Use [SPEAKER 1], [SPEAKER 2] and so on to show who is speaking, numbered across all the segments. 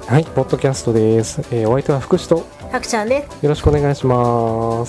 [SPEAKER 1] はい、ポッドキャストです。お相手は福士と
[SPEAKER 2] たくちゃんです。
[SPEAKER 1] よろしくお願いします。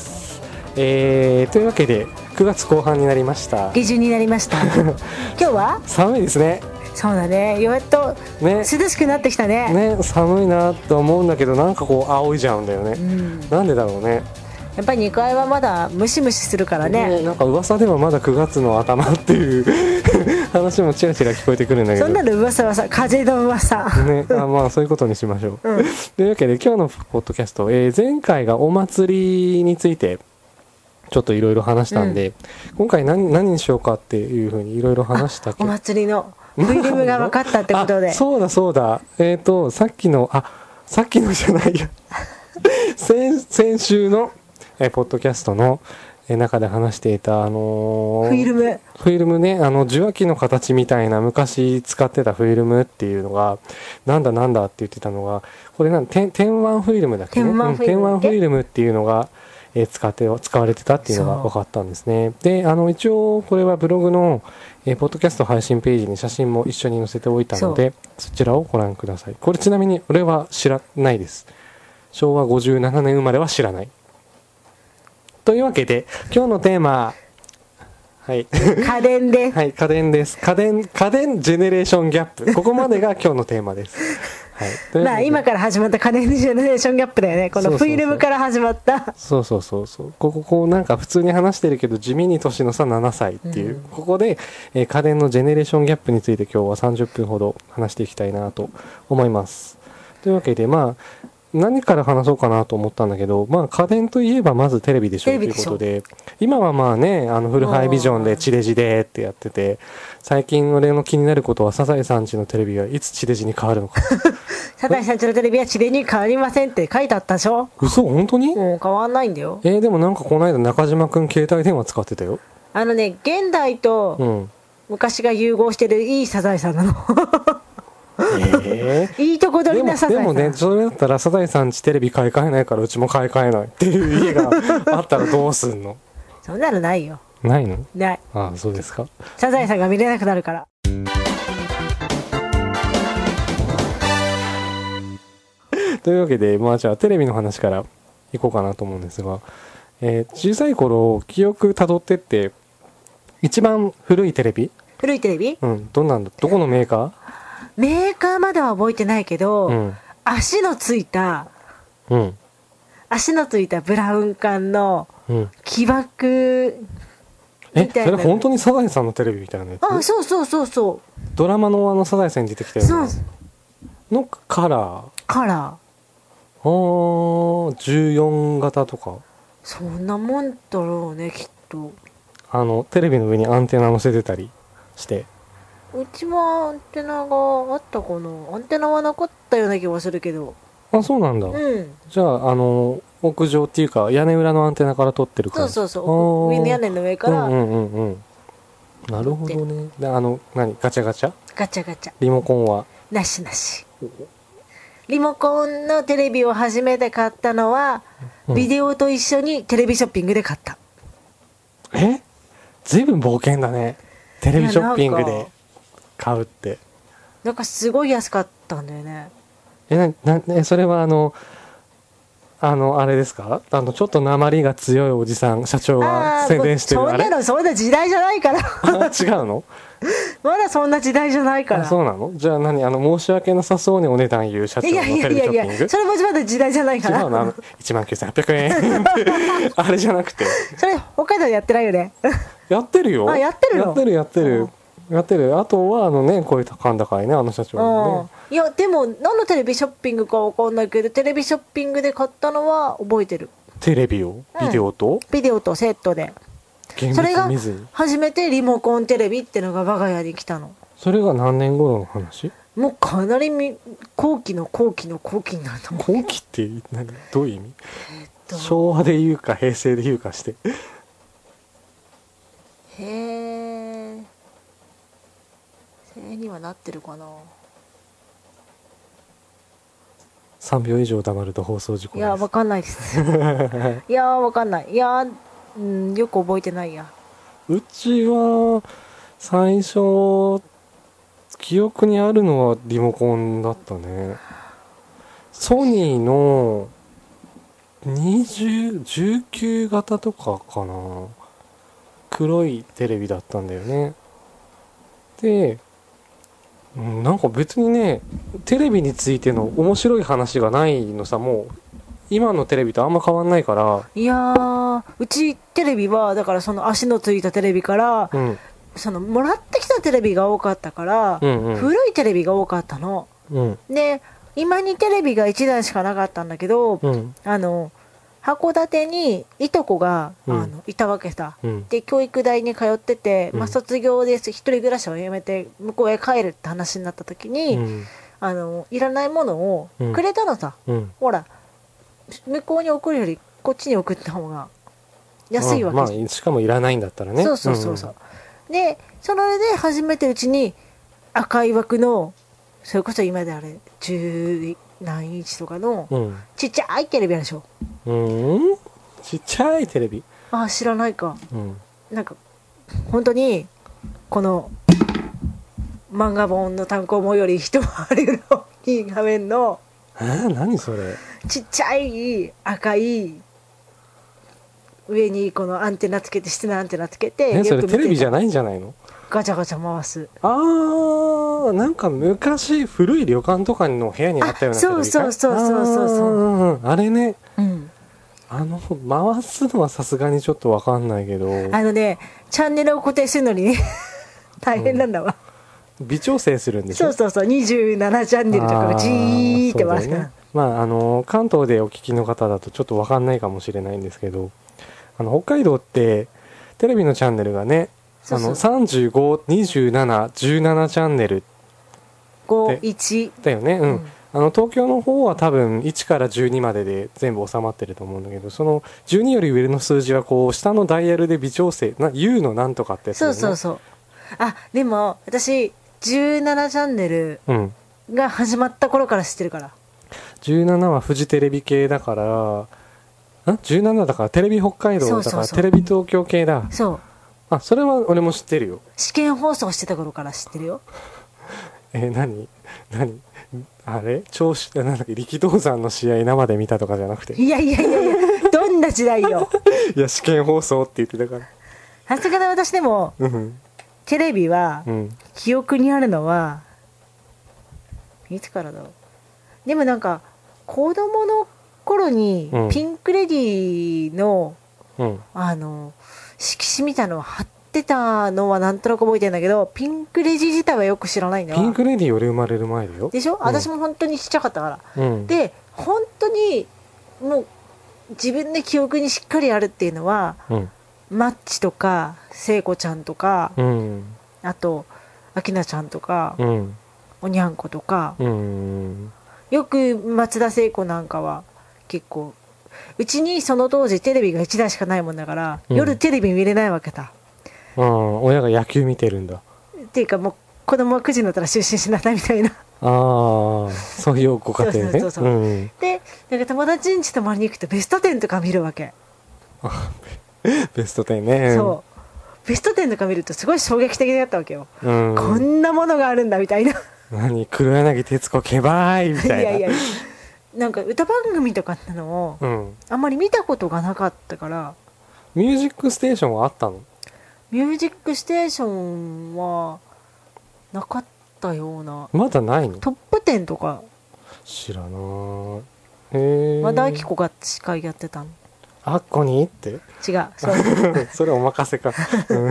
[SPEAKER 1] というわけで9月後半になりました。
[SPEAKER 2] 下旬になりました。今日は
[SPEAKER 1] 寒いですね。
[SPEAKER 2] そうだね。やっと涼しくなってきたね。
[SPEAKER 1] ね、寒いなと思うんだけど、なんかこう仰いじゃうんだよね。なんでだろうね。
[SPEAKER 2] やっぱり2階はまだムシムシするからね。
[SPEAKER 1] なんか噂ではまだ9月の頭っていう話もちらちら聞こえてくるんだけど、
[SPEAKER 2] そんなの噂はさ、風の噂
[SPEAKER 1] ね、まあそういうことにしましょう、というわけで今日のポッドキャスト、前回がお祭りについてちょっといろいろ話したんで、今回何にしようかっていうふうにいろいろ話したけど、
[SPEAKER 2] お祭りのフィルムが分かったってことで
[SPEAKER 1] そうだそうだ、さっきのじゃないや先週のポッドキャストの中で話していたフィルムね、受話器の形みたいな昔使ってたフィルムっていうのがなんだって言ってたのが、これ天腕フィルムだっけね。天腕フィルムっていうのが使われてたっていうのが分かったんですね。で、一応これはブログのポッドキャスト配信ページに写真も一緒に載せておいたので、そちらをご覧ください。これちなみに俺は知らないです。昭和57年生まれは知らない。というわけで今日のテーマ、はい、
[SPEAKER 2] 家電です。
[SPEAKER 1] はい、家電です。家電ジェネレーションギャップ、ここまでが今日のテーマです。はい、
[SPEAKER 2] まあ今から始まった家電ジェネレーションギャップだよね。このフィルムから始まった。
[SPEAKER 1] そうこなんか普通に話してるけど地味に年の差7歳っていう、ここで、家電のジェネレーションギャップについて今日は30分ほど話していきたいなと思います。というわけでまあ何から話そうかなと思ったんだけど、まあ家電といえばまずテレビでしょということで、今はまあね、フルハイビジョンで地デジでってやってて、最近俺の気になることはサザエさんちのテレビはいつ地デジに変わるのか。
[SPEAKER 2] サザエさんちのテレビは地デジに変わりませんって書いてあったでしょ。
[SPEAKER 1] 嘘、本当に？
[SPEAKER 2] もう変わんないんだよ。
[SPEAKER 1] でもなんかこの間中島くん携帯電話使ってたよ。
[SPEAKER 2] 現代と昔が融合してるいいサザエさんなの。いいとこ取りなサザエさん。
[SPEAKER 1] でもね、それだったらサザエさんちテレビ買い替えないからうちも買い替えないっていう家があったらどうすんの？
[SPEAKER 2] そんなのないよ。
[SPEAKER 1] ないの？
[SPEAKER 2] ない。
[SPEAKER 1] ああ、そうですか。
[SPEAKER 2] サザエさんが見れなくなるから。
[SPEAKER 1] というわけで、まあじゃあテレビの話からいこうかなと思うんですが、小さい頃記憶たどってって一番古いテレビ？
[SPEAKER 2] うん、
[SPEAKER 1] どこのメーカー？
[SPEAKER 2] メーカーまでは覚えてないけど、足のついたブラウン管の木枠みたいな。
[SPEAKER 1] それ本当にサザエさんのテレビみたいなやつ？
[SPEAKER 2] あ、そう。
[SPEAKER 1] ドラマのサザエさんに出てきたようなのカラー。14型とか。
[SPEAKER 2] そんなもんだろうね、きっと。
[SPEAKER 1] テレビの上にアンテナ乗せてたりして。
[SPEAKER 2] うちはアンテナがあったかな。アンテナはなかったような気がするけど。
[SPEAKER 1] あ、そうなんだ。じゃあ屋上っていうか屋根裏のアンテナから撮ってるから。
[SPEAKER 2] そう。屋根の上から。
[SPEAKER 1] なるほどね。でガチャガチャリモコンは
[SPEAKER 2] なし。リモコンのテレビを初めて買ったのは、ビデオと一緒にテレビショッピングで買った。
[SPEAKER 1] ずいぶん冒険だね。テレビショッピングで買うって。
[SPEAKER 2] なんかすごい安かったんだよね。
[SPEAKER 1] それはあれですか？ちょっと訛が強いおじさん、社長が宣伝してるあれ？
[SPEAKER 2] そんな時代じゃないから。
[SPEAKER 1] 違うの？
[SPEAKER 2] まだそんな時代じゃないから。
[SPEAKER 1] そうなの？じゃあ申し訳なさそうにお値段言う社長のテレビショッピング？
[SPEAKER 2] それもまだ時代じゃないから。
[SPEAKER 1] 違うの？19,800円あれじゃなくて。
[SPEAKER 2] それ北海道でやってないよね。
[SPEAKER 1] やってるよ。
[SPEAKER 2] やってるの？
[SPEAKER 1] やってる。あとはこういう甲高いね、社長のね。
[SPEAKER 2] いやでも何のテレビショッピングか分かんないけど、テレビショッピングで買ったのは覚えてる。
[SPEAKER 1] テレビを？ビデオと
[SPEAKER 2] セットで。それが初めてリモコンテレビってのが我が家に来たの。
[SPEAKER 1] それが何年頃の話？
[SPEAKER 2] もうかなり後期になると思う。
[SPEAKER 1] 後期ってどういう意味？昭和で言うか平成で言うかして。
[SPEAKER 2] 平成にはなってるかな。
[SPEAKER 1] 3秒以上黙ると放送事故です。
[SPEAKER 2] いや分かんないです。いや分かんない。いや、よく覚えてないや。
[SPEAKER 1] うちは最初記憶にあるのはリモコンだったね。 ソニーの19型とかかな、黒いテレビだったんだよね。で、なんか別にねテレビについての面白い話がないのさ。もう今のテレビとあんま変わんないから。
[SPEAKER 2] いやー、うちテレビはだからその足のついたテレビから、
[SPEAKER 1] うん、
[SPEAKER 2] そのもらってきたテレビが多かったから、
[SPEAKER 1] うんうん、
[SPEAKER 2] 古いテレビが多かったの、
[SPEAKER 1] うん、
[SPEAKER 2] で今にテレビが1台しかなかったんだけど、
[SPEAKER 1] うん、
[SPEAKER 2] 函館にいとこが、
[SPEAKER 1] うん、
[SPEAKER 2] いたわけさ、
[SPEAKER 1] うん、
[SPEAKER 2] で教育大に通ってて、
[SPEAKER 1] うん、
[SPEAKER 2] 卒業で一人暮らしをやめて向こうへ帰るって話になった時に、
[SPEAKER 1] うん、
[SPEAKER 2] いらないものをくれたのさ、
[SPEAKER 1] うん、
[SPEAKER 2] ほら向こうに送るよりこっちに送った方が安いわけ、
[SPEAKER 1] まあしかもいらないんだったらね。
[SPEAKER 2] そうそうそうそう、でそれで初めてうちに赤い枠の、それこそ今であれ10何インチとかのちっちゃいテレビあるでしょ。
[SPEAKER 1] ちっちゃいテレビ。
[SPEAKER 2] あ、知らないか。なんか本当にこの漫画本の単行本より一回りぐらい大きい画面の
[SPEAKER 1] 何それ。
[SPEAKER 2] ちっちゃい赤い上にこのアンテナつけて、室内アンテナつけて、
[SPEAKER 1] それテレビじゃないんじゃないの。
[SPEAKER 2] ガチャガチャ回す。
[SPEAKER 1] なんか昔古い旅館とかの部屋にあったようなテレビか。
[SPEAKER 2] そう、
[SPEAKER 1] あれね、回すのはさすがにちょっと分かんないけど、
[SPEAKER 2] チャンネルを固定するのにね大変なんだわ、
[SPEAKER 1] 微調整するんでしょ。
[SPEAKER 2] そう27チャンネルとかがジーって回すから、
[SPEAKER 1] まあ関東でお聞きの方だとちょっと分かんないかもしれないんですけど、北海道ってテレビのチャンネルがね、35、27、17チャンネル
[SPEAKER 2] 51
[SPEAKER 1] だよね。東京の方は多分1から12までで全部収まってると思うんだけど、その12より上の数字はこう下のダイヤルで微調整U のなんとかってやつだよね。
[SPEAKER 2] そうでも私17チャンネルが始まった頃から知ってるから、
[SPEAKER 1] 17はフジテレビ系だから、17だからテレビ北海道だからテレビ東京系だ。それは俺も知ってるよ。
[SPEAKER 2] 試験放送してた頃から知ってるよ。
[SPEAKER 1] 何あれなんだっけ、力道山の試合生で見たとかじゃなくて、
[SPEAKER 2] いやどんな時代よ
[SPEAKER 1] いや試験放送って言ってたから。
[SPEAKER 2] さすがに私でも、テレビは、記憶にあるのはいつからだろう。でもなんか子供の頃にピンクレディーの、色紙みたいなのを貼ってたのはなんとなく覚えてるんだけど、ピンクレディ自体はよく知らないんだわ。
[SPEAKER 1] ピンクレディ俺生まれる前だよ。
[SPEAKER 2] でしょ、私も本当にちっちゃかったから、で本当にもう自分で記憶にしっかりあるっていうのは、マッチとか聖子ちゃんとか、あと明菜ちゃんとか、おにゃんことか、よく松田聖子なんかは結構、うちにその当時テレビが1台しかないもんだから、夜テレビ見れないわけだ。
[SPEAKER 1] 親が野球見てるんだ
[SPEAKER 2] っていうか、もう子供は9時になったら就寝しなさいみたいな
[SPEAKER 1] そういうご家庭ね。
[SPEAKER 2] でなんか友達ん家泊まりに行くとベスト10とか見るわけ。
[SPEAKER 1] ベスト10ね。
[SPEAKER 2] そうベスト10とか見るとすごい衝撃的だったわけよ、こんなものがあるんだみたいな。
[SPEAKER 1] 黒柳徹子けばいみたいな。
[SPEAKER 2] なんか歌番組とかってのを、あんまり見たことがなかったから。
[SPEAKER 1] ミュージックステーションはあったの？
[SPEAKER 2] ミュージックステーションはなかったような。
[SPEAKER 1] まだないの？
[SPEAKER 2] トップ10とか
[SPEAKER 1] 知らない。
[SPEAKER 2] 和田アキ子が司会やってたの。
[SPEAKER 1] あっこにって違うそれお任せか。なるほ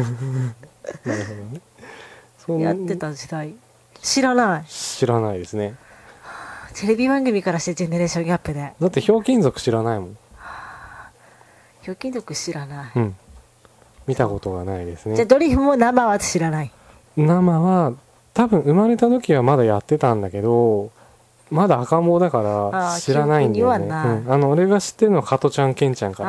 [SPEAKER 1] どね。
[SPEAKER 2] やってた時代知らない
[SPEAKER 1] ですね。
[SPEAKER 2] テレビ番組からしてジェネレーションギャップで。
[SPEAKER 1] だってひょうきん族知らないもん。
[SPEAKER 2] ひょうきん族知らない、
[SPEAKER 1] 見たことがないですね。
[SPEAKER 2] じゃあドリフも生は知らない？
[SPEAKER 1] 生は多分生まれた時はまだやってたんだけど、まだ赤ん坊だから知らないんだよね。俺が知ってるのは加トちゃんケンちゃんから。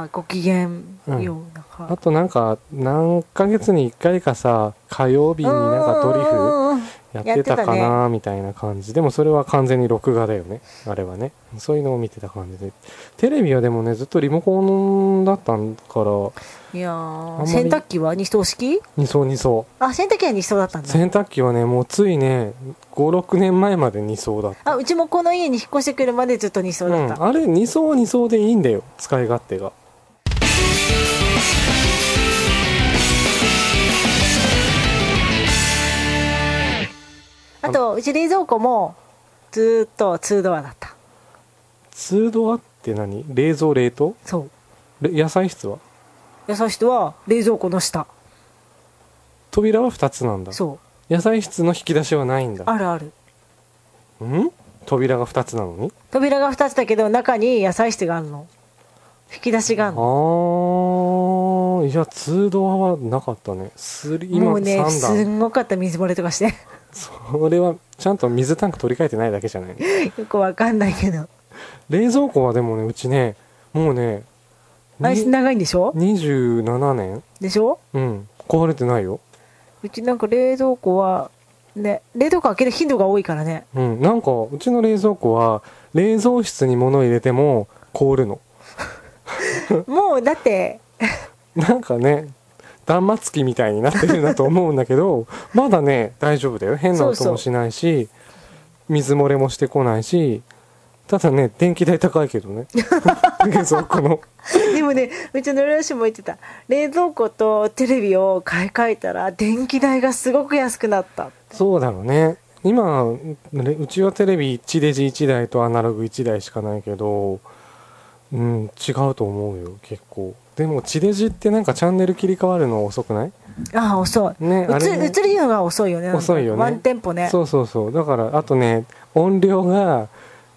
[SPEAKER 2] ご機嫌よ、
[SPEAKER 1] あとなんか何ヶ月に1回かさ、火曜日になんかドリフやってたかなみたいな感じ、でもそれは完全に録画だよね、あれはね。そういうのを見てた感じで、テレビはでもねずっとリモコンだったから。
[SPEAKER 2] いやー、洗濯機は2層式
[SPEAKER 1] ？2層2層。
[SPEAKER 2] あ、洗濯機は2層だったんだ。
[SPEAKER 1] 洗濯機はねもうついね5、6年前まで2層だった。
[SPEAKER 2] あ、うちもこの家に引っ越してくるまでずっと2層だった、
[SPEAKER 1] あれ2層は2層でいいんだよ、使い勝手が。
[SPEAKER 2] あとうち冷蔵庫もずっと2ドアだった。
[SPEAKER 1] 2ドアって何？冷蔵冷凍？
[SPEAKER 2] そう。
[SPEAKER 1] 野菜室は？
[SPEAKER 2] 野菜室は冷蔵庫の下。
[SPEAKER 1] 扉は2つなんだ。
[SPEAKER 2] そう。
[SPEAKER 1] 野菜室の引き出しはないんだ。
[SPEAKER 2] あるある。
[SPEAKER 1] 扉が2つなのに？扉
[SPEAKER 2] が2つだけど中に野菜室があるの。引き出しがあるの。
[SPEAKER 1] いや2ドアはなかったね。
[SPEAKER 2] 今もうねすんごかった、水漏れとかして。
[SPEAKER 1] それはちゃんと水タンク取り替えてないだけじゃない
[SPEAKER 2] の？よくわかんないけど。
[SPEAKER 1] 冷蔵庫はでもねうちねもうね
[SPEAKER 2] あれ長いんでしょ
[SPEAKER 1] ？27年
[SPEAKER 2] でしょ。
[SPEAKER 1] 壊れてないよ。
[SPEAKER 2] うちなんか冷蔵庫はね、冷凍庫開ける頻度が多いからね。
[SPEAKER 1] なんかうちの冷蔵庫は冷蔵室に物入れても凍るの。
[SPEAKER 2] もうだって
[SPEAKER 1] なんかね断末機みたいになってるなと思うんだけどまだね大丈夫だよ。変な音もしないし水漏れもしてこないし、ただね電気代高いけどね冷蔵庫の。
[SPEAKER 2] でもねうちの両親も言ってた、冷蔵庫とテレビを買い替えたら電気代がすごく安くなった。
[SPEAKER 1] そうだろうね。今うちはテレビ1デジ1台とアナログ1台しかないけど、違うと思うよ結構。でも地デジってなんかチャンネル切り替わるの遅くない？
[SPEAKER 2] ああ遅いね。映るのが遅いよね。
[SPEAKER 1] 遅いよね。
[SPEAKER 2] ワンテンポね。
[SPEAKER 1] そうそうそう。だからあとね音量が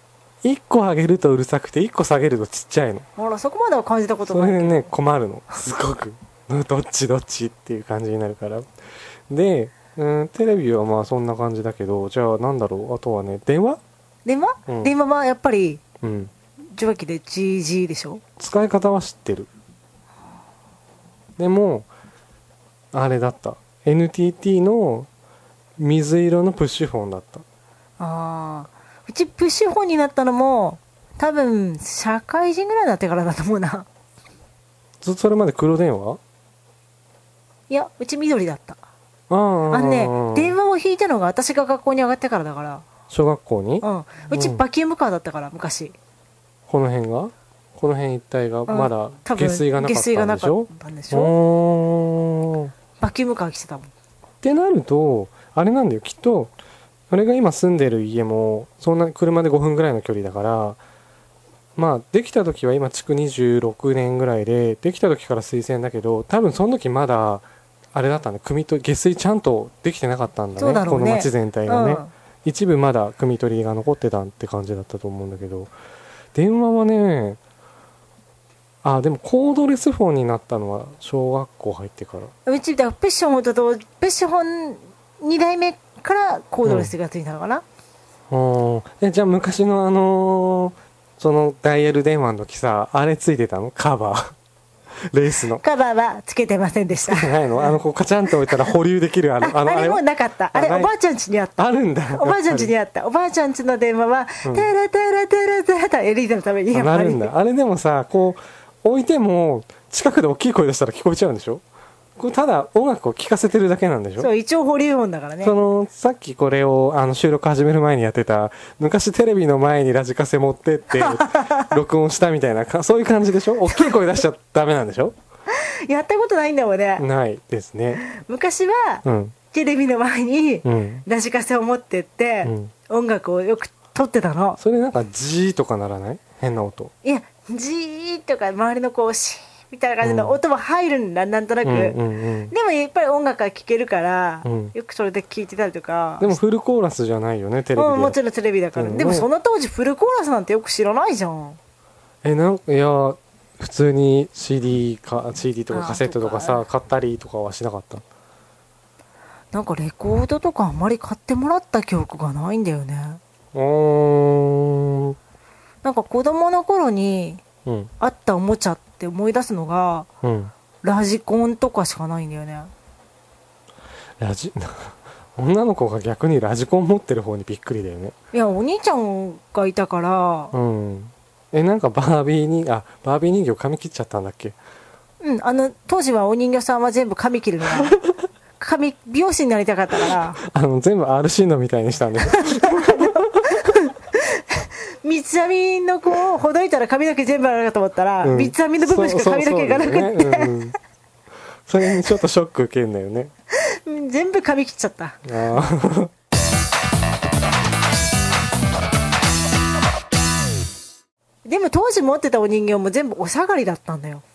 [SPEAKER 1] 1個上げるとうるさくて1個下げるとちっちゃいの。
[SPEAKER 2] ほらそこまでは感じたことない。
[SPEAKER 1] それでね困るのすごくどっちっていう感じになるから。でテレビはまあそんな感じだけど、じゃあなんだろう、あとはね電話、電話
[SPEAKER 2] はやっぱり受話器で GG でしょ。
[SPEAKER 1] 使い方は知ってる。でもあれだった、 NTT の水色のプッシュフォンだった。
[SPEAKER 2] うちプッシュフォンになったのも多分社会人ぐらいになってからだと思うな。
[SPEAKER 1] ずっとそれまで黒電話？
[SPEAKER 2] いやうち緑だった。電話を引いたのが私が学校に上がってからだから。
[SPEAKER 1] 小学校に？
[SPEAKER 2] うちバキュームカーだったから昔。
[SPEAKER 1] この辺一帯がまだ下水がなかったんでしょ。
[SPEAKER 2] バキュームカー来てたもん。
[SPEAKER 1] ってなるとあれなんだよきっと。俺が今住んでる家もそんな車で5分ぐらいの距離だから、まあできた時は今築26年ぐらいで、できた時から水洗だけど多分その時まだあれだったね、下水ちゃんとできてなかったんだ ね、この町全体がね、一部まだ汲み取りが残ってたって感じだったと思うんだけど、電話はねでもコードレスフォンになったのは小学校入ってから。
[SPEAKER 2] うちだプッシュフォンとプッシュフォン2代目からコードレスがついたのかな。
[SPEAKER 1] じゃあ昔のそのダイヤル電話の時さあれついてたの？カバーレースの
[SPEAKER 2] カバーはつけてませんでした。
[SPEAKER 1] つけてないの？こうカチャンと置いたら保留できるあ
[SPEAKER 2] れもなかった。あれおばあちゃん家にあった。
[SPEAKER 1] あるんだ。
[SPEAKER 2] おばあちゃん家にあった。おばあちゃん家の電話はタラタラタラタラタエリーザのためにやっぱり
[SPEAKER 1] なるんだ。あれでもさこう置いても近くで大きい声出したら聞こえちゃうんでしょ。これただ音楽を聴かせてるだけなんでしょ。
[SPEAKER 2] そう一応保留音だからね。
[SPEAKER 1] さっきこれを収録始める前にやってた昔テレビの前にラジカセ持ってって録音したみたいなそういう感じでしょ。大きい声出しちゃダメなんでしょ。
[SPEAKER 2] やったことないんだもんね。
[SPEAKER 1] ないですね。
[SPEAKER 2] 昔は、テレビの前にラジカセを持ってって、音楽をよく撮ってたの。
[SPEAKER 1] それなんかジーとかならない？変な音。
[SPEAKER 2] いやジーとか周りのこうシーみたいな感じの音も入るんだ、なんとなく、でもやっぱり音楽が聴けるから、よくそれで聴いてたりとか。
[SPEAKER 1] でもフルコーラスじゃないよねテレビで。
[SPEAKER 2] もちろんテレビだから、でもその当時フルコーラスなんてよく知らないじゃん。
[SPEAKER 1] いや普通に CD とかカセットとかさ買ったりとかはしなかった？
[SPEAKER 2] なんかレコードとかあんまり買ってもらった記憶がないんだよね。なんか子供の頃にあったおもちゃって思い出すのが、ラジコンとかしかないんだよね。
[SPEAKER 1] 女の子が逆にラジコン持ってる方にびっくりだよね。
[SPEAKER 2] いやお兄ちゃんがいたから。
[SPEAKER 1] うん。なんかバービー人形髪切っちゃったんだっけ。
[SPEAKER 2] うん、当時はお人形さんは全部髪切るのが美容師になりたかったから
[SPEAKER 1] 全部 RC のみたいにしたんだよ
[SPEAKER 2] 三つ編みの子をほどいたら髪の毛全部あるかと思ったら、三つ編みの部分しか髪の毛がなくって
[SPEAKER 1] それにちょっとショック受けるんだよね
[SPEAKER 2] 全部髪切っちゃった。でも当時持ってたお人形も全部お下がりだったんだよ。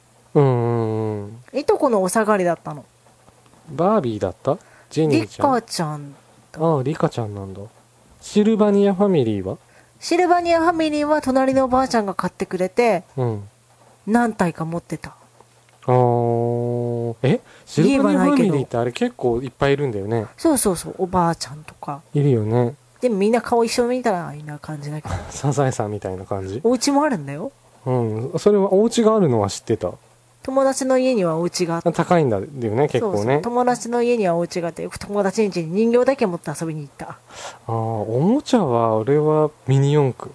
[SPEAKER 2] いとこのお下がりだったの。
[SPEAKER 1] バービーだった？ジェニーちゃん。
[SPEAKER 2] リカちゃん。
[SPEAKER 1] ああ、リカちゃんなんだ。シルバニアファミリーは？
[SPEAKER 2] シルバニアファミリーは隣のおばあちゃんが買ってくれて、何体か持ってた。
[SPEAKER 1] シルバニアファミリーってあれ結構いっぱいいるんだよね。
[SPEAKER 2] そうそうそう、おばあちゃんとか
[SPEAKER 1] いるよね。
[SPEAKER 2] でもみんな顔一緒みたいな感じだけど
[SPEAKER 1] サザエさんみたいな感じ。
[SPEAKER 2] お家もあるんだよ。
[SPEAKER 1] それはお家があるのは知ってた。
[SPEAKER 2] 友達の家にはお家があって、
[SPEAKER 1] 高いんだよね結構ね。
[SPEAKER 2] そう友達の家にはお家があって、よく友達ん家に人形だけ持って遊びに行った。
[SPEAKER 1] おもちゃは俺はミニ四駆。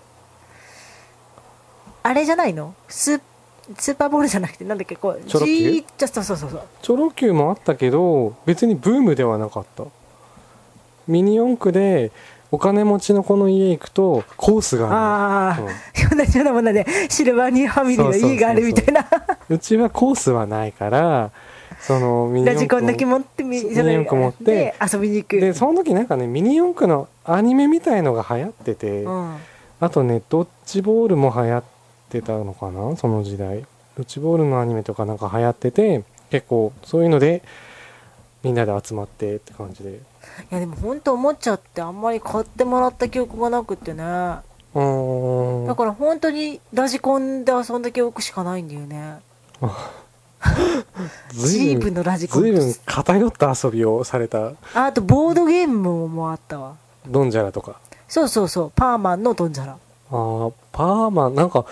[SPEAKER 2] あれじゃないの？スーパーボールじゃなくてなんだっけ、こう
[SPEAKER 1] チョロ Q？
[SPEAKER 2] そう
[SPEAKER 1] チョロ Q もあったけど別にブームではなかった。ミニ四駆でお金持ちの子の家行くとコースがある。
[SPEAKER 2] 同じようなものでシルバニアファミリーの家があるみたいな。
[SPEAKER 1] うちはコースはないからそのミニ四駆
[SPEAKER 2] ラジコンだけ持ってミニ四駆持って遊びに行く。
[SPEAKER 1] でその時なんかねミニ四駆のアニメみたいのが流行ってて、あとねドッジボールも流行ってたのかな、その時代。ドッジボールのアニメとかなんか流行ってて、結構そういうのでみんなで集まってって感じで。い
[SPEAKER 2] やでも本当思っちゃってあんまり買ってもらった記憶がなくってね。だから本当にラジコンで遊んだ記憶しかないんだよね。ジープのラジコン。
[SPEAKER 1] ずいぶん偏った遊びをされた。
[SPEAKER 2] あとボードゲームもあったわ。
[SPEAKER 1] ドンジャラとか。
[SPEAKER 2] そうそうそう、パーマンのドンジャラ。
[SPEAKER 1] パーマンなんか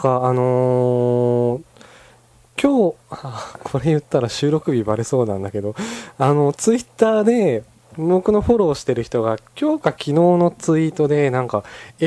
[SPEAKER 1] 今日これ言ったら収録日バレそうなんだけど、ツイッターで僕のフォローしてる人が今日か昨日のツイートでなんか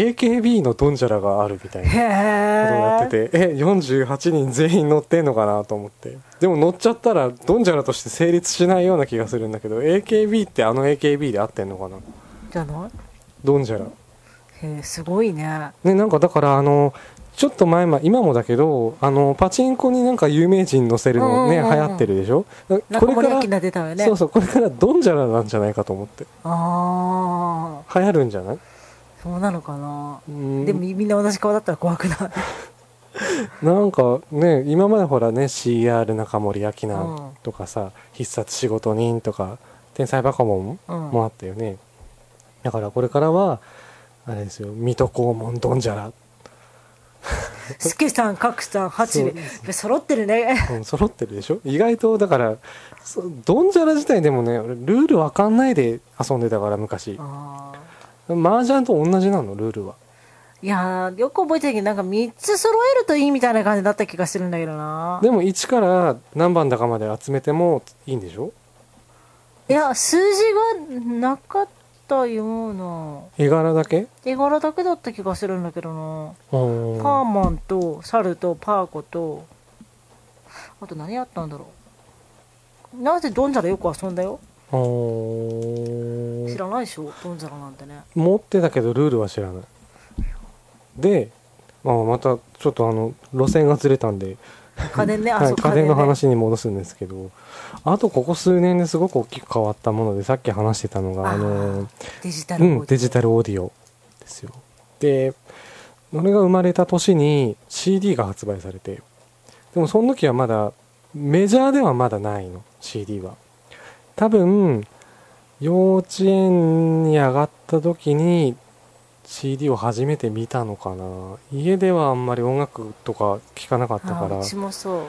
[SPEAKER 1] AKB のドンジャラがあるみたいなことをやってて、48人全員乗ってんのかなと思って。でも乗っちゃったらドンジャラとして成立しないような気がするんだけど、 AKB ってAKB で合ってんのかな。
[SPEAKER 2] じゃない
[SPEAKER 1] ドンジャラ。
[SPEAKER 2] すごいね。
[SPEAKER 1] なんかだからちょっと前今もだけどパチンコになんか有名人乗せるのね、流行ってるでしょ。これから
[SPEAKER 2] 出たよね。
[SPEAKER 1] そうこれからドンジャラなんじゃないかと思って。流行るんじゃない？
[SPEAKER 2] そうなのかな。でもみんな同じ顔だったら怖くない？
[SPEAKER 1] なんかね、今までほらね CR 中森明菜とかさ、必殺仕事人とか天才バカボンもあったよね。だからこれからはあれですよ、水戸黄門ドンジャラ。
[SPEAKER 2] 助さん角さん八兵衛揃ってるね。
[SPEAKER 1] 揃ってるでしょ。意外とだからドンジャラ自体でもね、俺ルールわかんないで遊んでたから昔。麻雀と同じなのルールは。
[SPEAKER 2] いやよく覚えてるけどなんか3つ揃えるといいみたいな感じだった気がするんだけどな。
[SPEAKER 1] でも1から何番だかまで集めてもいいんでしょ。
[SPEAKER 2] いや数字がなかったような。
[SPEAKER 1] 絵柄だけ
[SPEAKER 2] だった気がするんだけどな。パーマンとサルとパーコとあと何やったんだろう。なぜドンジャラよく遊んだよ。知らないでしょドンジャラなんてね。
[SPEAKER 1] 持ってたけどルールは知らない。で、またちょっと路線がずれたんで
[SPEAKER 2] 家電ね、
[SPEAKER 1] 家電の話に戻すんですけど、あとここ数年ですごく大きく変わったもので、さっき話してたのが
[SPEAKER 2] デジタルオ
[SPEAKER 1] ーディオですよ。で俺が生まれた年に CD が発売されて、でもその時はまだメジャーではまだないの。 CD は多分幼稚園に上がった時に CD を初めて見たのかな。家ではあんまり音楽とか聴かなかったから。
[SPEAKER 2] 私もそう、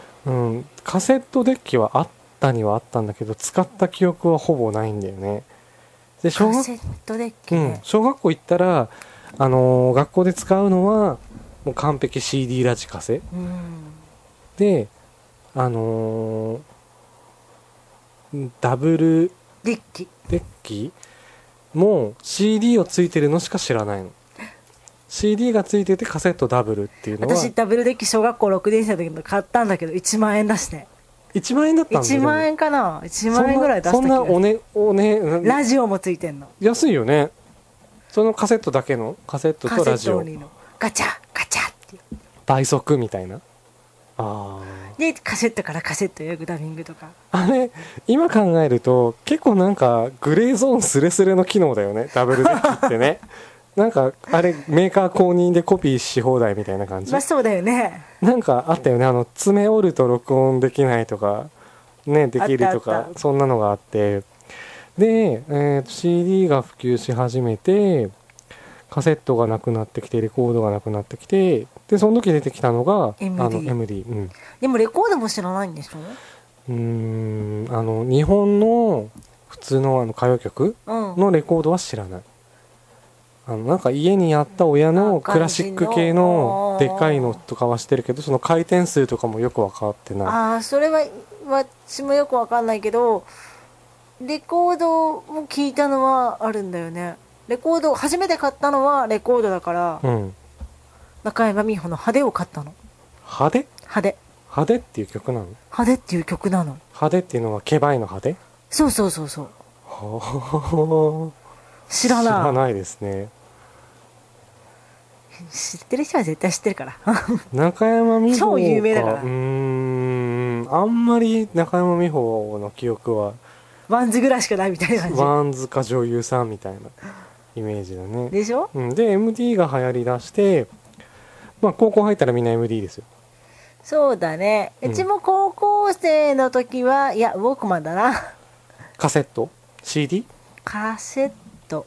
[SPEAKER 1] カセットデッキはあったにはあったんだけど使った記憶はほぼないんだよね。で
[SPEAKER 2] カセットデッキ、ね、
[SPEAKER 1] 小学校行ったら学校で使うのはもう完璧 CD ラジカセ、でダブル
[SPEAKER 2] デッキ
[SPEAKER 1] もう CD をついてるのしか知らないの。 CD がついててカセットダブルっていうのは。
[SPEAKER 2] 私ダブルデッキ小学校6年生の時に買ったんだけど1万円出して
[SPEAKER 1] 1万円だったんだ。
[SPEAKER 2] 1万円かな、1万円ぐらい出した気がする。
[SPEAKER 1] そんな
[SPEAKER 2] ラジオもついてんの。
[SPEAKER 1] 安いよね。そのカセットだけのカセットとラジオ
[SPEAKER 2] ガチャガチャって
[SPEAKER 1] 倍速みたいな。あ
[SPEAKER 2] でカセットからカセットへダビングとか。
[SPEAKER 1] あれ今考えると結構なんかグレーゾーンスレスレの機能だよね、ダブルデッキってね。なんかあれメーカー公認でコピーし放題みたいな感じ。
[SPEAKER 2] まあそうだよね。
[SPEAKER 1] なんかあったよね、爪折ると録音できないとかね、できるとかそんなのがあって、で、CD が普及し始めてカセットがなくなってきてレコードがなくなってきて、でその時出てきたのが MD、うん、
[SPEAKER 2] でもレコードも知らないんでしょ。
[SPEAKER 1] 日本の普通の歌謡曲のレコードは知らない、なんか家にあった親のクラシック系のでっかいのとかはしてるけど、その回転数とかもよく分かってない。
[SPEAKER 2] ああ、それは私もよく分かんないけど、レコードも聞いたのはあるんだよね。レコード初めて買ったのはレコードだから、うん、中山美穂の派手を買ったの。
[SPEAKER 1] 派手っていう曲なの。
[SPEAKER 2] 派手っていう曲なの。
[SPEAKER 1] 派手っていうのはケバイの派手。
[SPEAKER 2] そうはあ、知ら
[SPEAKER 1] ないですね。
[SPEAKER 2] 知ってる人は絶対知ってるから。
[SPEAKER 1] 中山美穂
[SPEAKER 2] 超有名だから。
[SPEAKER 1] あんまり中山美穂の記憶は
[SPEAKER 2] ワンズぐらいしかないみたいな感じ。
[SPEAKER 1] ワンズか女優さんみたいなイメージだね。
[SPEAKER 2] でしょ、
[SPEAKER 1] うん、で MD が流行りだして、まあ高校入ったらみんな MD ですよ。
[SPEAKER 2] そうだね。うちも高校生の時は、いやウォークマンだな。
[SPEAKER 1] カセット CD
[SPEAKER 2] カセット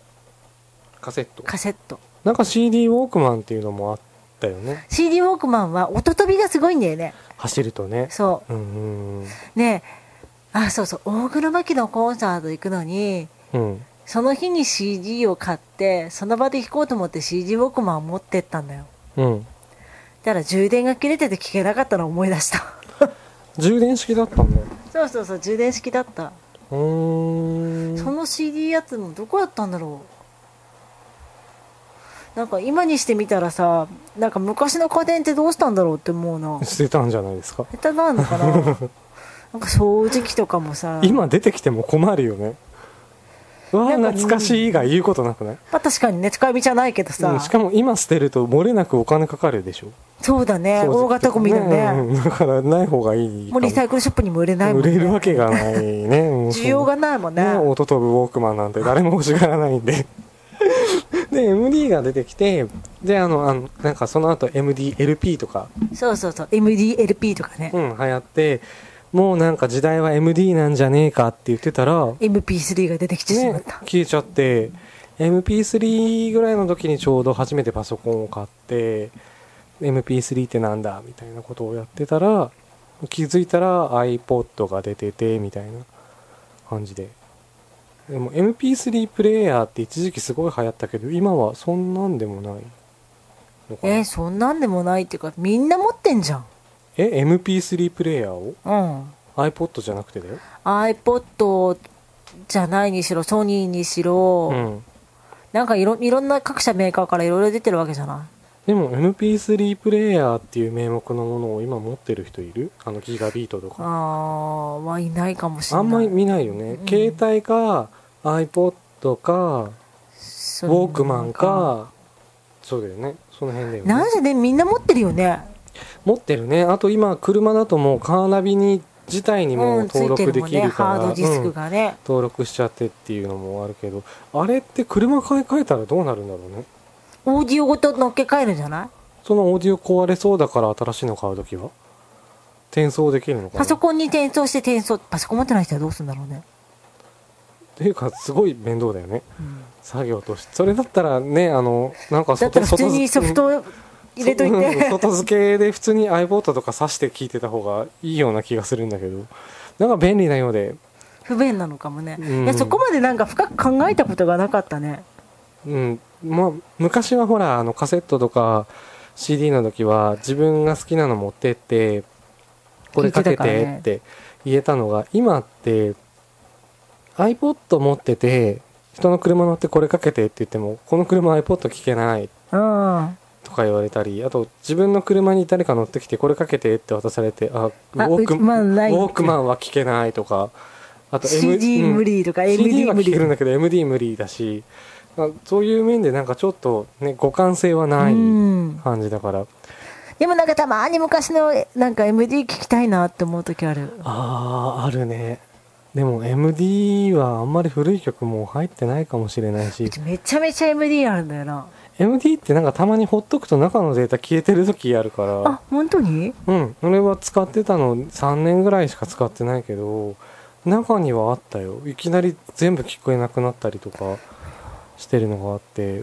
[SPEAKER 1] なんか CD ウォークマンっていうのもあったよね。
[SPEAKER 2] CD ウォークマンは音飛びがすごいんだよね。
[SPEAKER 1] 走るとね。
[SPEAKER 2] そう、ねえ、そう大黒摩季のコンサート行くのに、その日に CD を買ってその場で弾こうと思って CD ウォークマンを持ってったんだよ。だから充電が切れてて聞けなかったのを思い出した。
[SPEAKER 1] 充電式だったんだよ。
[SPEAKER 2] そう充電式だった。その CD やつもどこやったんだろう。なんか今にしてみたらさ、なんか昔の家電ってどうしたんだろうって思うな。
[SPEAKER 1] 捨てたんじゃないですか。
[SPEAKER 2] 捨てたのかな。なんか掃除機とかもさ、
[SPEAKER 1] 今出てきても困るよね。懐かしい以外言うことなくない？
[SPEAKER 2] まあ確かにね、使い道はないけどさ、
[SPEAKER 1] しかも今捨てると漏れなくお金かかるでしょ。
[SPEAKER 2] そうだね、大型ゴミだね、
[SPEAKER 1] だからない方がいい。
[SPEAKER 2] もうリサイクルショップにも売れないもんね。
[SPEAKER 1] 売れるわけがないね。
[SPEAKER 2] 需要がないもんね。
[SPEAKER 1] 音飛ぶウォークマンなんて誰も欲しがらないんで。で MD が出てきて、でなんかその後 MDLP とか、
[SPEAKER 2] そう MDLP とかね、
[SPEAKER 1] 流行って、もうなんか時代は MD なんじゃねえかって言ってたら
[SPEAKER 2] MP3 が出てきてしまった、
[SPEAKER 1] 消えちゃって、 MP3 ぐらいの時にちょうど初めてパソコンを買って、 MP3 ってなんだみたいなことをやってたら、気づいたら iPod が出ててみたいな感じで。でも MP3 プレイヤーって一時期すごい流行ったけど、今はそんなんでもないのかな。
[SPEAKER 2] そんなんでもないっていうか、みんな持ってんじゃん。
[SPEAKER 1] MP3 プレイヤーを、iPod じゃなくてだよ。
[SPEAKER 2] iPod じゃないにしろ、ソニーにしろ、なんかいろんな各社メーカーからいろいろ出てるわけじゃない。
[SPEAKER 1] でも MP3 プレイヤーっていう名目のものを今持ってる人いる？ギガビートとか。
[SPEAKER 2] いないかもしれない。
[SPEAKER 1] あんまり見ないよね、携帯か iPod かウォークマンか、そうだよね、その辺だよね。
[SPEAKER 2] なんでね、みんな持ってるよね。
[SPEAKER 1] 持ってるね。あと今車だともうカーナビに自体にも登録できるから、
[SPEAKER 2] ハードディスクがね、
[SPEAKER 1] 登録しちゃってっていうのもあるけど、あれって車買い替えたらどうなるんだろうね。
[SPEAKER 2] オーディオごと乗っけ替えるんじゃない？
[SPEAKER 1] そのオーディオ壊れそうだから新しいの買うときは転送できるのかな。
[SPEAKER 2] パソコンに転送してパソコン持ってない人はどうするんだろうね。
[SPEAKER 1] っていうかすごい面倒だよね、作業として。それだったらね、なんか
[SPEAKER 2] だったら普通にソフト入れといて、
[SPEAKER 1] 外付けで普通に iPod とか挿して聞いてた方がいいような気がするんだけど、なんか便利なようで
[SPEAKER 2] 不便なのかもね、いやそこまでなんか深く考えたことがなかったね。
[SPEAKER 1] 昔はほらカセットとか CD の時は自分が好きなの持ってってこれかけてって言えたのが、今って iPod 持ってて人の車乗ってこれかけてって言ってもこの車 iPod 聞けないとか言われたり、あと自分の車に誰か乗ってきてこれかけてって渡されてウォークマンは聞けないとか、あと
[SPEAKER 2] CD 無理とか
[SPEAKER 1] MD は聞けるんだけど MD 無理だし、そういう面でなんかちょっとね互換性はない感じだから。
[SPEAKER 2] でもなんかたまに昔のなんか MD 聞きたいなって思う時ある。
[SPEAKER 1] あるね。でも MD はあんまり古い曲も入ってないかもしれないし、
[SPEAKER 2] めちゃめちゃ MD あるんだよな。
[SPEAKER 1] MD ってなんかたまにほっとくと中のデータ消えてる時あるから。
[SPEAKER 2] あ、本当に？
[SPEAKER 1] うん、俺は使ってたの3年ぐらいしか使ってないけど中にはあったよ。いきなり全部聞こえなくなったりとかしてるのがあって、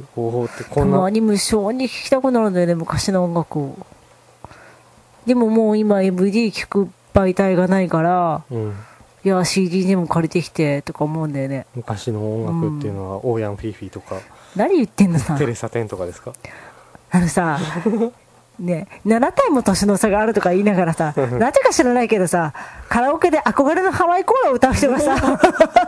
[SPEAKER 1] 方法ってこんな
[SPEAKER 2] たまに無性に聞きたくなるんだよね、昔の音楽を。でももう今 MD 聞く媒体がないから、いや CD でも借りてきてとか思うんだよね。
[SPEAKER 1] 昔の音楽っていうのは、オーヤンフィーフィーとか
[SPEAKER 2] 何言ってんのさ。
[SPEAKER 1] テレサテンとかですか？
[SPEAKER 2] さね、7体も年の差があるとか言いながらさ、なぜか知らないけどさ、カラオケで憧れのハワイコーラを歌う人がさ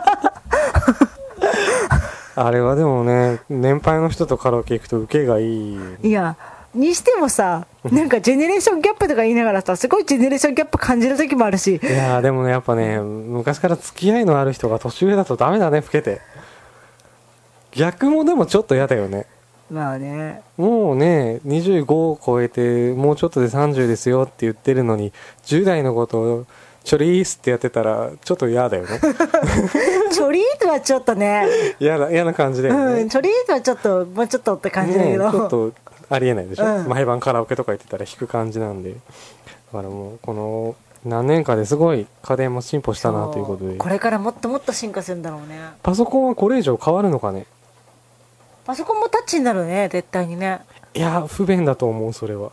[SPEAKER 1] あれはでもね、年配の人とカラオケ行くと受けがいい。
[SPEAKER 2] いやにしてもさ、なんかジェネレーションギャップとか言いながらさ、すごいジェネレーションギャップ感じる時もあるし。
[SPEAKER 1] いやでもね、やっぱね、昔から付き合いのある人が年上だとダメだね、老けて。逆もでもちょっと嫌だよね。
[SPEAKER 2] まあね、
[SPEAKER 1] もうね、25を超えてもうちょっとで30ですよって言ってるのに、10代のことをチョリースってやってたらちょっと嫌だよね。
[SPEAKER 2] チョリートはちょっとね、
[SPEAKER 1] 嫌な感じだよね。
[SPEAKER 2] チョリートはちょっともうちょっとって感じだけど、
[SPEAKER 1] ちょっとありえないでしょ、毎晩カラオケとか行ってたら弾く感じなんで。だからもうこの何年かですごい家電も進歩したなということで、
[SPEAKER 2] これからもっともっと進化するんだろうね。
[SPEAKER 1] パソコンはこれ以上変わるのかね。
[SPEAKER 2] パソコンもタッチになるね、絶対にね。
[SPEAKER 1] いや不便だと思う、それは。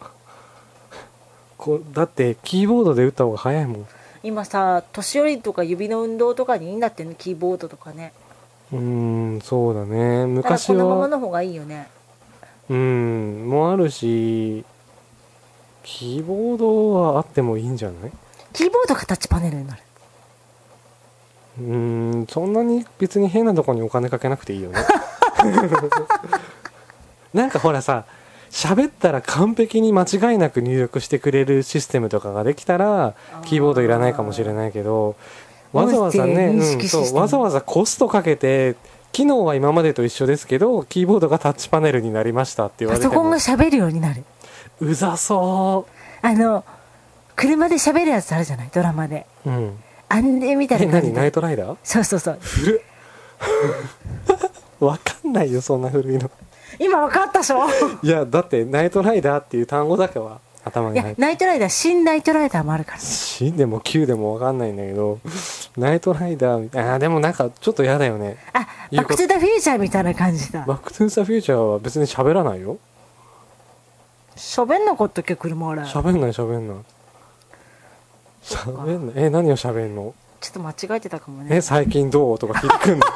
[SPEAKER 1] だってキーボードで打った方が早いもん。
[SPEAKER 2] 今さ、年寄りとか指の運動とかにいいんだってね、キーボードとかね。
[SPEAKER 1] そうだね。昔は
[SPEAKER 2] このままの方がいいよね。
[SPEAKER 1] もあるし、キーボードはあってもいいんじゃない？
[SPEAKER 2] キーボードがタッチパネルになる。
[SPEAKER 1] そんなに別に変なとこにお金かけなくていいよね。なんかほらさ、喋ったら完璧に間違いなく入力してくれるシステムとかができたらキーボードいらないかもしれないけど、わざわざね、わざわざコストかけて、機能は今までと一緒ですけどキーボードがタッチパネルになりましたって言われても、
[SPEAKER 2] パソコンが喋るようになる。
[SPEAKER 1] うざそう。
[SPEAKER 2] 車で喋るやつあるじゃない、ドラマで。あれみたいな感じで。
[SPEAKER 1] 何、ナイトライダー？
[SPEAKER 2] そう
[SPEAKER 1] 古っ。わかんないよ、そんな古いの。
[SPEAKER 2] 今わかったでしょ。
[SPEAKER 1] いやだってナイトライダーっていう単語だけは頭に入って。
[SPEAKER 2] いやナイトライダー、新ナイトライダーもあるから。
[SPEAKER 1] 新でも旧でもわかんないんだけど、ナイトライダーみたいな。でもなんかちょっと嫌だよね。
[SPEAKER 2] バックトゥザフューチャーみたいな感じだ。
[SPEAKER 1] バックトゥザフューチャーは別に喋らないよ。
[SPEAKER 2] 喋んなかったっけ、車あれ。
[SPEAKER 1] 喋んない。何を喋んの？
[SPEAKER 2] ちょっと間違えてたかもね。
[SPEAKER 1] 最近どうとか聞いてくんの？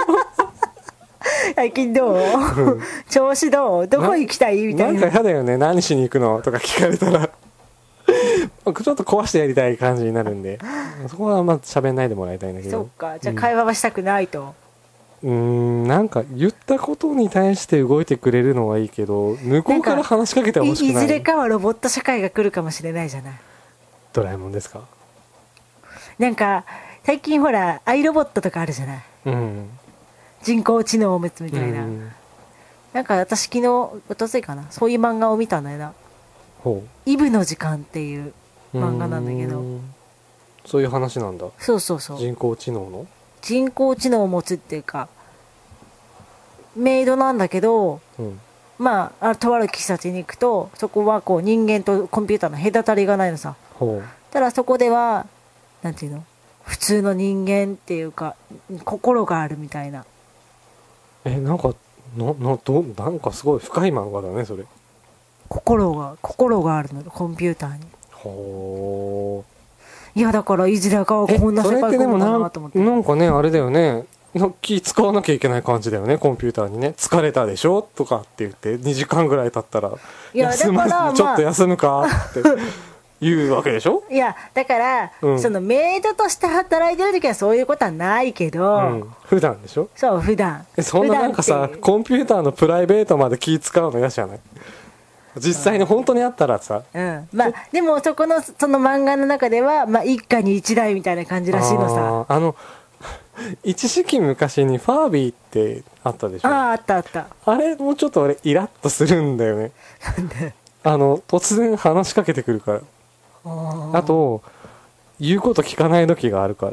[SPEAKER 2] 最近どう？調子どう？どこ行きたいみたいな。
[SPEAKER 1] なんか嫌だよね。何しに行くのとか聞かれたらちょっと壊してやりたい感じになるんで、そこはあんま喋んないでもらいたいんだけど。
[SPEAKER 2] そっか、じゃあ会話はしたくないと。
[SPEAKER 1] なんか言ったことに対して動いてくれるのはいいけど、向こうから話しかけてほしくない。
[SPEAKER 2] いずれかはロボット社会が来るかもしれないじゃない。
[SPEAKER 1] ドラえもんですか？
[SPEAKER 2] なんか最近ほらアイロボットとかあるじゃない、人工知能を持つみたいな、なんか私昨日おとついかな、そういう漫画を見たんだよな。イブの時間っていう漫画なんだけど、
[SPEAKER 1] そういう話なんだ。
[SPEAKER 2] そう
[SPEAKER 1] 人工知能
[SPEAKER 2] を持つっていうかメイドなんだけど、まあとある喫茶店に行くと、そこはこう人間とコンピューターの隔たりがないのさ。ただそこではなんていうの、普通の人間っていうか心があるみたいな。
[SPEAKER 1] なんかなんかすごい深い漫画だね、それ。
[SPEAKER 2] 心があるの、コンピューターに。いやだからいずれかはこんな世界観だなと思って。
[SPEAKER 1] なんかね、あれだよね、気使わなきゃいけない感じだよね、コンピューターにね。疲れたでしょとかって言って2時間ぐらい経ったら、
[SPEAKER 2] いや
[SPEAKER 1] 休まずにちょっと休むかって言うわけでしょ。
[SPEAKER 2] いやだから、そのメイドとして働いてる時はそういうことはないけど、
[SPEAKER 1] 普段でしょ。
[SPEAKER 2] そう普段。
[SPEAKER 1] そんななんかさコンピューターのプライベートまで気使うの嫌じゃない。実際に本当にあったらさ、
[SPEAKER 2] まあでもその漫画の中では、まあ、一家に一台みたいな感じらしいのさ。
[SPEAKER 1] 一時期昔にファービーってあったでしょ。
[SPEAKER 2] あったあった。
[SPEAKER 1] あれもうちょっと俺イラッとするんだよね。
[SPEAKER 2] なんで
[SPEAKER 1] 突然話しかけてくるから。あと言うこと聞かない時があるから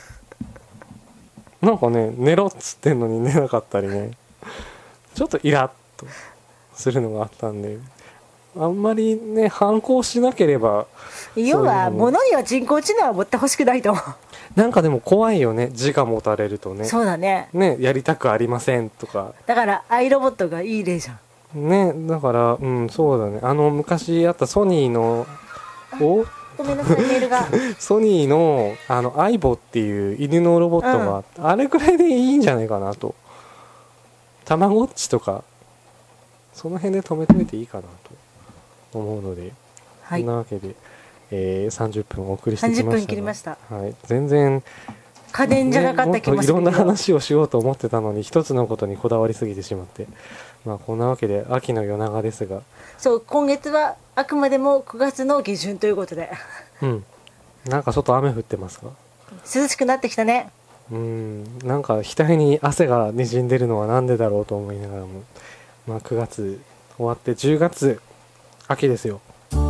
[SPEAKER 1] なんかね寝ろっつってんのに寝なかったりね、ちょっとイラッとするのがあったんで、あんまりね反抗しなければ。
[SPEAKER 2] 要は物には人工知能は持ってほしくないと。
[SPEAKER 1] なんかでも怖いよね、自我持たれるとね。
[SPEAKER 2] そうだね。
[SPEAKER 1] やりたくありませんとか。
[SPEAKER 2] だからアイロボットがいい例じゃん
[SPEAKER 1] ね。だからそうだね、昔あったソニーの
[SPEAKER 2] ごめんなさいメールが
[SPEAKER 1] ソニーのアイボっていう犬のロボットが、あれくらいでいいんじゃないかなと。たまごっちとかその辺で止めといていいかなと思うので、そんなわけで、30分お送りしてきました。
[SPEAKER 2] 30分切りました。
[SPEAKER 1] はい、全然
[SPEAKER 2] 家電じゃなかった気もする。
[SPEAKER 1] いろんな話をしようと思ってたのに一つのことにこだわりすぎてしまって、まあこんなわけで秋の夜長ですが、
[SPEAKER 2] そう今月はあくまでも9月の下旬ということで、
[SPEAKER 1] なんか外雨降ってますか。
[SPEAKER 2] 涼しくなってきたね。
[SPEAKER 1] なんか額に汗がにじんでるのはなんでだろうと思いながらも、まあ9月終わって10月秋ですよ。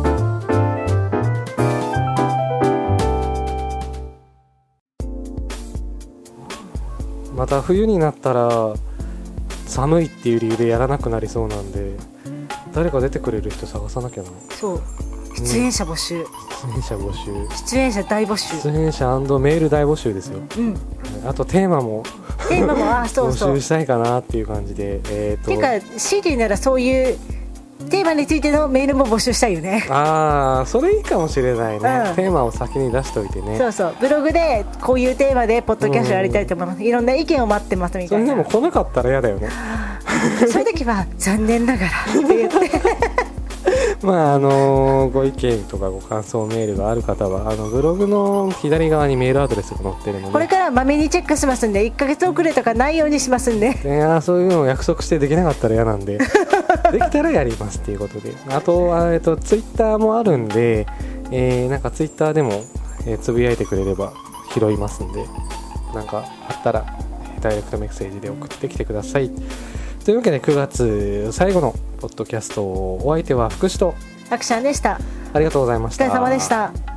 [SPEAKER 1] また冬になったら寒いっていう理由でやらなくなりそうなんで、誰か出てくれる人探さなきゃな。
[SPEAKER 2] そう出演者募集、出演者大募集、
[SPEAKER 1] 出演者&メール大募集ですよ。あとテーマも
[SPEAKER 2] そう
[SPEAKER 1] 募集したいかなっていう感じで、
[SPEAKER 2] ていうか CD ならそういうテーマについてのメールも募集したいよね。
[SPEAKER 1] それいいかもしれないね、テーマを先に出しておいてね。
[SPEAKER 2] そうブログでこういうテーマでポッドキャストやりたいと思います、いろんな意見を待ってますみたいな。
[SPEAKER 1] それでも来なかったら嫌だよね
[SPEAKER 2] そういう時は残念ながらって言って
[SPEAKER 1] まあご意見とかご感想メールがある方はブログの左側にメールアドレスが載ってるので、
[SPEAKER 2] これからまめにチェックしますんで1ヶ月遅れとかないようにしますんで、
[SPEAKER 1] そういうのを約束してできなかったら嫌なんでできたらやりますっていうことで、あとはツイッターもあるんで、なんかツイッターでも、つぶやいてくれれば拾いますんで、なんかあったらダイレクトメッセージで送ってきてください。というわけで9月最後のポッドキャスト、お相手は福士と
[SPEAKER 2] アクションでした。
[SPEAKER 1] ありがとうございました。
[SPEAKER 2] お疲れ様でした。